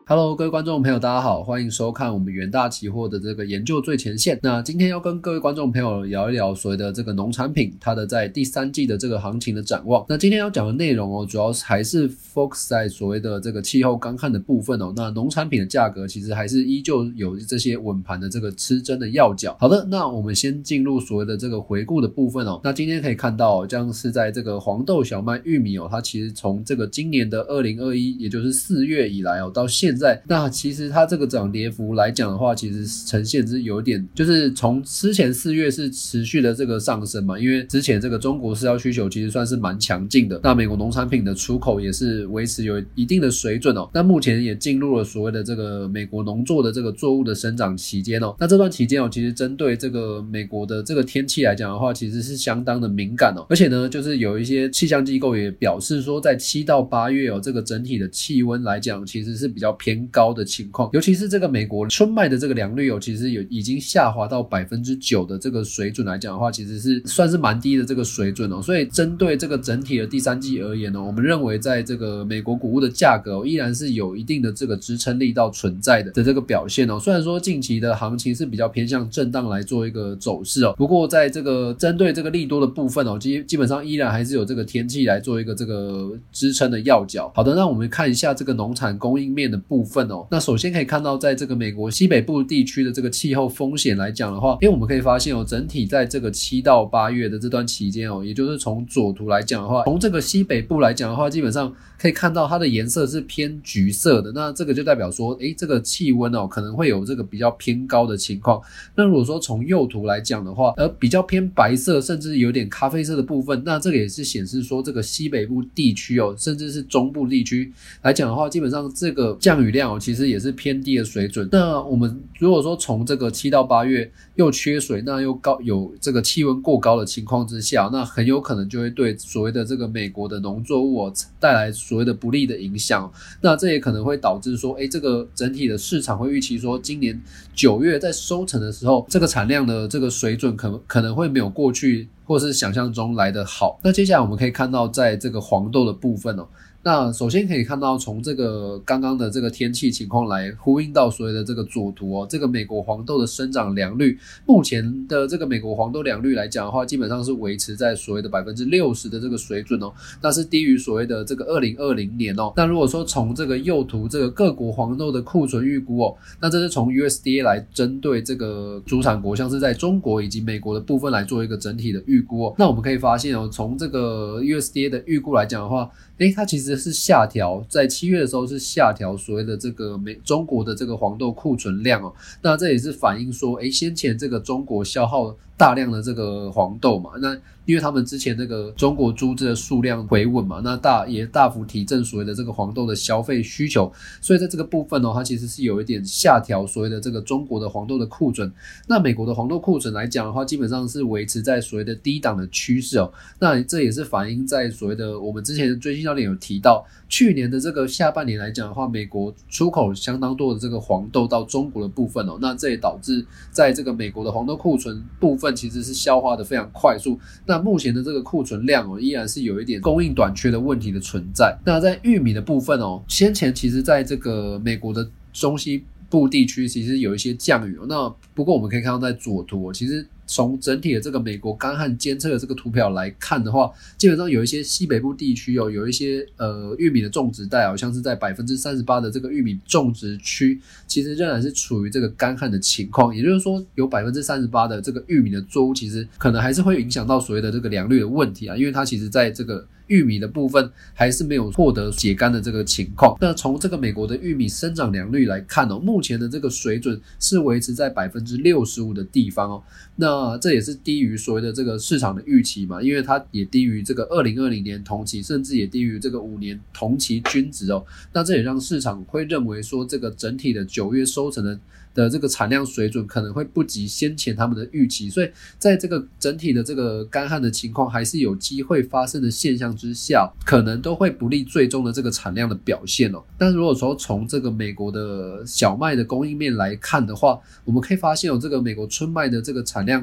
Hello， 各位观众朋友，大家好，欢迎收看我们元大期货的这个研究最前线。那今天要跟各位观众朋友聊一聊所谓的这个农产品，它的在第三季的这个行情的展望。那今天要讲的内容主要还是 focus 在所谓的这个气候干旱的部分那农产品的价格其实还是依旧有这些稳盘的这个吃真的要角。好的，那我们先进入所谓的这个回顾的部分那今天可以看到这样是在这个黄豆、小麦、玉米它其实从这个今年的2021，也就是4月以来到现在，那其实它这个涨跌幅来讲的话，其实呈现是有点，就是从之前4月是持续的这个上升嘛，因为之前这个中国饲料需求其实算是蛮强劲的，那美国农产品的出口也是维持有一定的水准那目前也进入了所谓的这个美国农作的这个作物的生长期间那这段期间其实针对这个美国的这个天气来讲的话，其实是相当的敏感而且呢，就是有一些气象机构也表示说，在7到8月这个整体的气温来讲，其实是比较偏高的情况，尤其是这个美国春麦的这个良率其实已经下滑到 9% 的这个水准来讲的话，其实是算是蛮低的这个水准所以针对这个整体的第三季而言我们认为在这个美国谷物的价格依然是有一定的这个支撑力道存在的这个表现虽然说近期的行情是比较偏向震荡来做一个走势不过在这个针对这个利多的部分基本上依然还是有这个天气来做一个这个支撑的要角。好的，那我们看一下这个农产供应面的部分那首先可以看到在这个美国西北部地区的这个气候风险来讲的话，因为我们可以发现整体在这个7到8月的这段期间也就是从左图来讲的话，从这个西北部来讲的话，基本上可以看到它的颜色是偏橘色的，那这个就代表说这个气温可能会有这个比较偏高的情况。那如果说从右图来讲的话，比较偏白色甚至有点咖啡色的部分，那这个也是显示说这个西北部地区甚至是中部地区来讲的话，基本上这个降雨量其实也是偏低的水准。那我们如果说从这个7到8月又缺水，那又有这个气温过高的情况之下，那很有可能就会对所谓的这个美国的农作物带来所谓的不利的影响。那这也可能会导致说这个整体的市场会预期说今年9月在收成的时候，这个产量的这个水准可能会没有过去或是想象中来得好。那接下来我们可以看到在这个黄豆的部分那首先可以看到从这个刚刚的这个天气情况来呼应到所谓的这个左图这个美国黄豆的生长良率，目前的这个美国黄豆良率来讲的话，基本上是维持在所谓的 60% 的这个水准那是低于所谓的这个2020年那如果说从这个右图这个各国黄豆的库存预估那这是从 USDA 来针对这个主产国像是在中国以及美国的部分来做一个整体的预估那我们可以发现从这个 USDA 的预估来讲的话，它其实是下调，在7月的时候是下调所谓的这个中国的这个黄豆库存量那这也是反映说先前这个中国消耗大量的这个黄豆嘛，那因为他们之前这个中国猪只的数量回稳嘛，那也大幅提振所谓的这个黄豆的消费需求，所以在这个部分它其实是有一点下调所谓的这个中国的黄豆的库存。那美国的黄豆库存来讲的话，基本上是维持在所谓的低档的趋势那这也是反映在所谓的我们之前的最新焦点有提到，去年的这个下半年来讲的话，美国出口相当多的这个黄豆到中国的部分那这也导致在这个美国的黄豆库存部分其实是消化的非常快速，那目前的这个库存量依然是有一点供应短缺的问题的存在。那在玉米的部分先前其实在这个美国的中西部地区其实有一些降雨那不过我们可以看到在左图其实从整体的这个美国干旱监测的这个图表来看的话，基本上有一些西北部地区有一些玉米的种植带像是在 38% 的这个玉米种植区其实仍然是处于这个干旱的情况，也就是说有 38% 的这个玉米的作物其实可能还是会影响到所谓的这个良率的问题因为它其实在这个玉米的部分还是没有获得解干的这个情况。那从这个美国的玉米生长良率来看目前的这个水准是维持在 65% 的地方那这也是低于所谓的这个市场的预期嘛，因为它也低于这个2020年同期，甚至也低于这个5年同期均值那这也让市场会认为说这个整体的9月收成的这个产量水准可能会不及先前他们的预期，所以在这个整体的这个干旱的情况还是有机会发生的现象之下，可能都会不利最终的这个产量的表现但如果说从这个美国的小麦的供应面来看的话，我们可以发现这个美国春麦的这个产量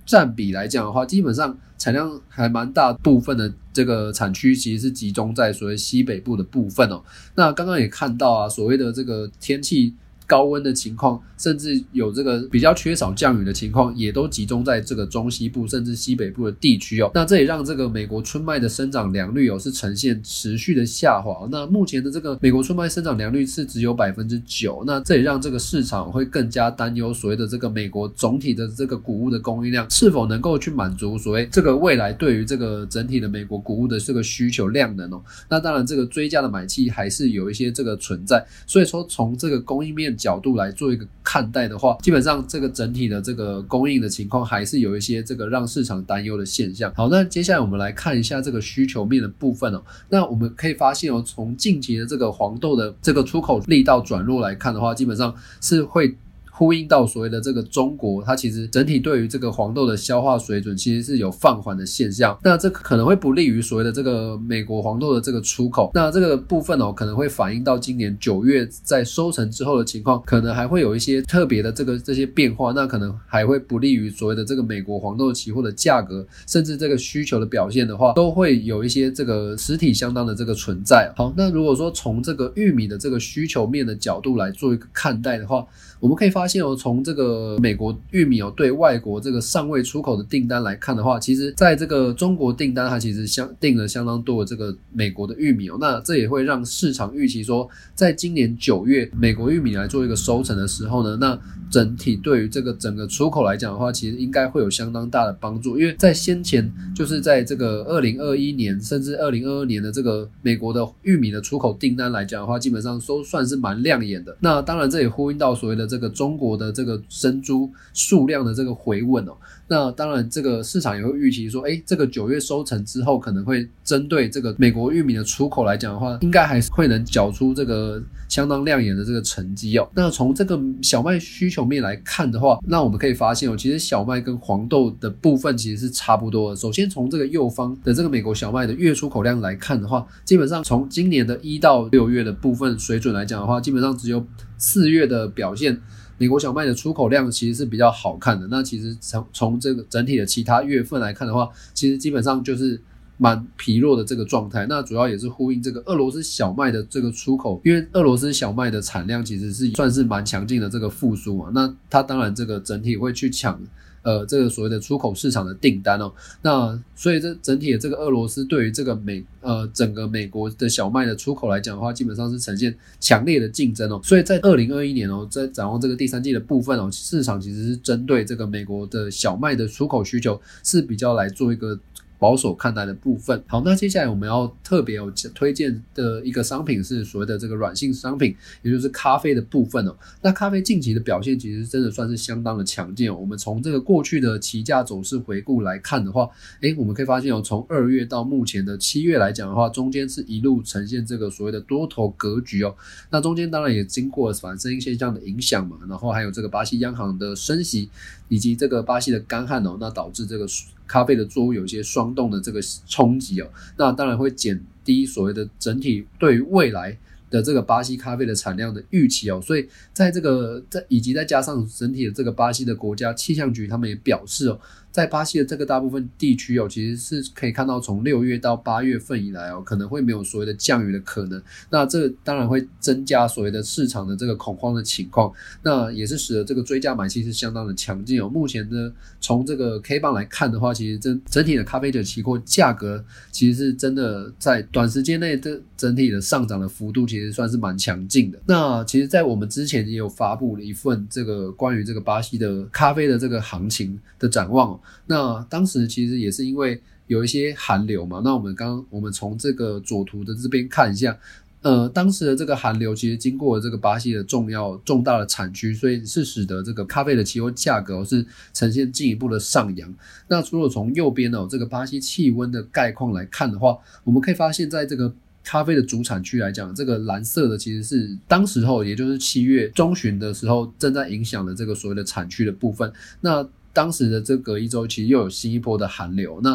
占比来讲的话，基本上产量还蛮大部分的这个产区其实是集中在所谓西北部的部分哦。那刚刚也看到啊，所谓的这个天气高温的情况，甚至有这个比较缺少降雨的情况，也都集中在这个中西部甚至西北部的地区哦。那这也让这个美国春麦的生长良率是呈现持续的下滑。那目前的这个美国春麦生长良率是只有 9%， 那这也让这个市场会更加担忧所谓的这个美国总体的这个谷物的供应量是否能够去满足所谓这个未来对于这个整体的美国谷物的这个需求量能哦。那当然这个追加的买气还是有一些这个存在，所以说从这个供应面角度来做一个看待的话，基本上这个整体的这个供应的情况还是有一些这个让市场担忧的现象。好，那接下来我们来看一下这个需求面的部分哦。那我们可以发现从近期的这个黄豆的这个出口力道转弱来看的话，基本上是会呼应到所谓的这个中国，它其实整体对于这个黄豆的消化水准其实是有放缓的现象，那这可能会不利于所谓的这个美国黄豆的这个出口。那这个部分可能会反映到今年9月在收成之后的情况，可能还会有一些特别的这些变化，那可能还会不利于所谓的这个美国黄豆期货的价格，甚至这个需求的表现的话，都会有一些这个实体相当的这个存在。好，那如果说从这个玉米的这个需求面的角度来做一个看待的话，我们可以发现从这个美国玉米对外国这个尚未出口的订单来看的话，其实在这个中国订单它其实订了相当多的这个美国的玉米那这也会让市场预期说，在今年9月美国玉米来做一个收成的时候呢，那整体对于这个整个出口来讲的话，其实应该会有相当大的帮助，因为在先前就是在这个2021年甚至2022年的这个美国的玉米的出口订单来讲的话，基本上都算是蛮亮眼的。那当然这也呼应到所谓的这个中国的这个生猪数量的这个回稳那当然这个市场也会预期说这个9月收成之后可能会针对这个美国玉米的出口来讲的话，应该还是会能缴出这个相当亮眼的这个成绩那从这个小麦需求面来看的话，那我们可以发现其实小麦跟黄豆的部分其实是差不多的。首先从这个右方的这个美国小麦的月出口量来看的话，基本上从今年的1到6月的部分水准来讲的话，基本上只有4月的表现美国小麦的出口量其实是比较好看的。那其实从这个整体的其他月份来看的话，其实基本上就是蛮疲弱的这个状态。那主要也是呼应这个俄罗斯小麦的这个出口，因为俄罗斯小麦的产量其实是算是蛮强劲的这个复苏那它当然这个整体会去抢这个所谓的出口市场的订单那所以这整体的这个俄罗斯对于这个整个美国的小麦的出口来讲的话，基本上是呈现强烈的竞争所以在2021年在展望这个第三季的部分市场其实是针对这个美国的小麦的出口需求是比较来做一个保守看待的部分。好，那接下来我们要特别有推荐的一个商品是所谓的这个软性商品，也就是咖啡的部分那咖啡近期的表现其实真的算是相当的强劲我们从这个过去的期价走势回顾来看的话，我们可以发现从2月到目前的7月来讲的话，中间是一路呈现这个所谓的多头格局那中间当然也经过反声音现象的影响嘛，然后还有这个巴西央行的升息，以及这个巴西的干旱那导致这个咖啡的作物有一些霜冻的这个冲击那当然会减低所谓的整体对于未来的这个巴西咖啡的产量的预期所以在以及再加上整体的这个巴西的国家气象局他们也表示在巴西的这个大部分地区其实是可以看到从6月到8月份以来可能会没有所谓的降雨的可能，那这当然会增加所谓的市场的这个恐慌的情况，那也是使得这个追价买气是相当的强劲目前呢从这个 K 棒来看的话，其实整体的咖啡酒期货价格其实是真的在短时间内的整体的上涨的幅度其实算是蛮强劲的。那其实在我们之前也有发布了一份这个关于这个巴西的咖啡的这个行情的展望那当时其实也是因为有一些寒流嘛，那我们从这个左图的这边看一下当时的这个寒流其实经过了这个巴西的重大的产区，所以是使得这个咖啡的期货价格是呈现进一步的上扬。那除了从右边这个巴西气温的概况来看的话，我们可以发现在这个咖啡的主产区来讲，这个蓝色的其实是当时也就是7月中旬的时候正在影响的这个所谓的产区的部分。那当时的这隔一周其实又有新一波的寒流，那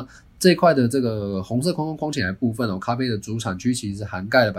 这一块的这个红色框框框起来的部分咖啡的主产区其实涵盖了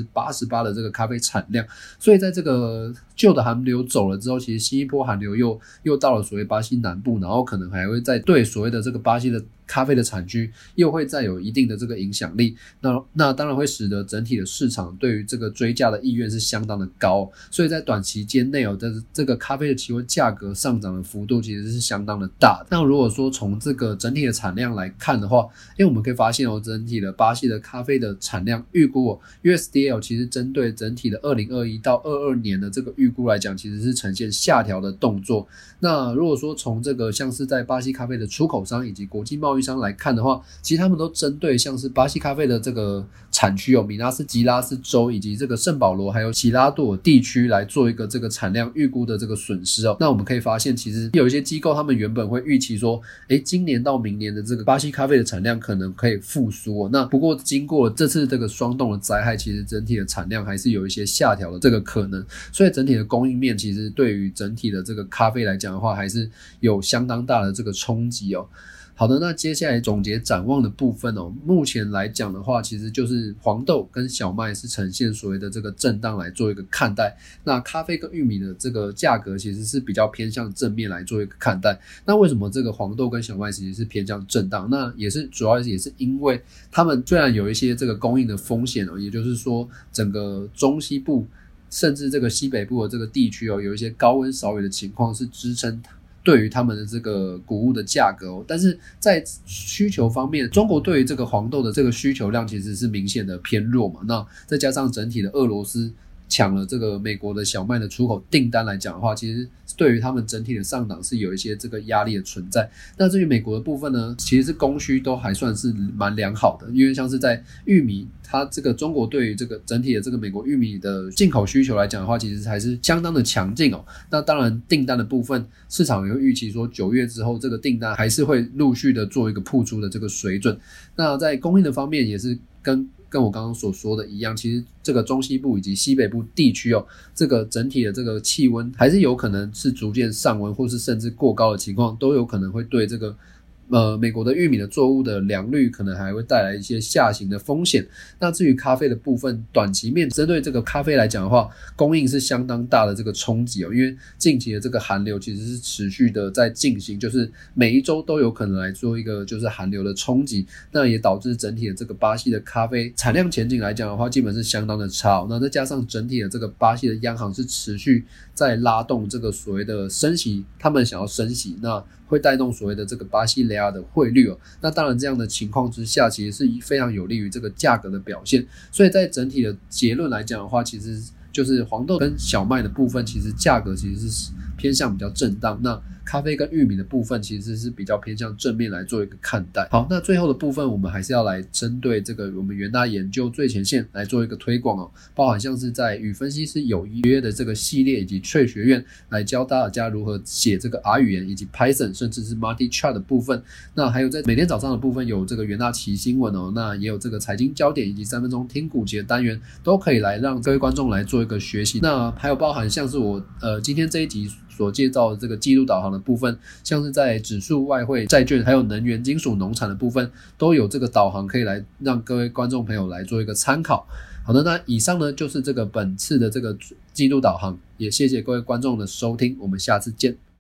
88% 的这个咖啡产量，所以在这个旧的寒流走了之后，其实新一波寒流又到了所谓巴西南部，然后可能还会再对所谓的这个巴西的咖啡的产区又会再有一定的这个影响力，那当然会使得整体的市场对于这个追价的意愿是相当的高，所以在短期间内这个咖啡的期货价格上涨的幅度其实是相当的大的。那如果说从这个整体的产量来看的话，因为我们可以发现整体的巴西的咖啡的产量预估USDL 其实针对整体的2021到22年的这个预估来讲，其实是呈现下调的动作。那如果说从这个像是在巴西咖啡的出口商以及国际贸易商来看的话，其实他们都针对像是巴西咖啡的这个产区米纳斯吉拉斯州以及这个圣保罗还有喜拉多地区来做一个这个产量预估的这个损失那我们可以发现，其实有一些机构他们原本会预期说今年到明年的这个巴西咖啡的产量可能可以复苏那不过经过这次这个霜冻的灾害，其实整体的产量还是有一些下调的这个可能，所以整体的供应面其实对于整体的这个咖啡来讲的话，还是有相当大的这个冲击好的，那接下来总结展望的部分目前来讲的话，其实就是黄豆跟小麦是呈现所谓的这个震荡来做一个看待，那咖啡跟玉米的这个价格其实是比较偏向正面来做一个看待。那为什么这个黄豆跟小麦其实是偏向震荡？那主要也是因为他们虽然有一些这个供应的风险也就是说整个中西部甚至这个西北部的这个地区有一些高温少雨的情况是支撑对于他们的这个谷物的价格但是在需求方面，中国对于这个黄豆的这个需求量其实是明显的偏弱嘛，那再加上整体的俄罗斯抢了这个美国的小麦的出口订单来讲的话，其实对于他们整体的上档是有一些这个压力的存在。那至于美国的部分呢，其实是供需都还算是蛮良好的，因为像是在玉米，它这个中国对于这个整体的这个美国玉米的进口需求来讲的话，其实还是相当的强劲那当然订单的部分，市场也会预期说9月之后这个订单还是会陆续的做一个曝出的这个水准。那在供应的方面也是跟我刚刚所说的一样，其实这个中西部以及西北部地区这个整体的这个气温还是有可能是逐渐上温，或是甚至过高的情况，都有可能会对这个美国的玉米的作物的良率可能还会带来一些下行的风险。那至于咖啡的部分，短期面针对这个咖啡来讲的话，供应是相当大的这个冲击因为近期的这个寒流其实是持续的在进行，就是每一周都有可能来做一个就是寒流的冲击，那也导致整体的这个巴西的咖啡产量前景来讲的话，基本是相当的差那再加上整体的这个巴西的央行是持续在拉动这个所谓的升息，他们想要升息，那会带动所谓的这个巴西雷亚的汇率那当然这样的情况之下，其实是非常有利于这个价格的表现。所以在整体的结论来讲的话，其实就是黄豆跟小麦的部分，其实价格其实是偏向比较震荡，那咖啡跟玉米的部分其实是比较偏向正面来做一个看待。好，那最后的部分我们还是要来针对这个我们元大研究最前线来做一个推广包含像是在与分析师有约的这个系列以及Trade学院来教大家如何写这个 R 语言以及 Python 甚至是 Multi Chart 的部分。那还有在每天早上的部分有这个元大奇新闻那也有这个财经焦点以及3分钟听股节的单元，都可以来让各位观众来做一个学习。那还有包含像是我今天这一集所介绍的这个季度导航的部分，像是在指数、外汇、债券还有能源、金属、农产的部分，都有这个导航可以来让各位观众朋友来做一个参考。好的，那以上呢就是这个本次的这个季度导航，也谢谢各位观众的收听，我们下次见。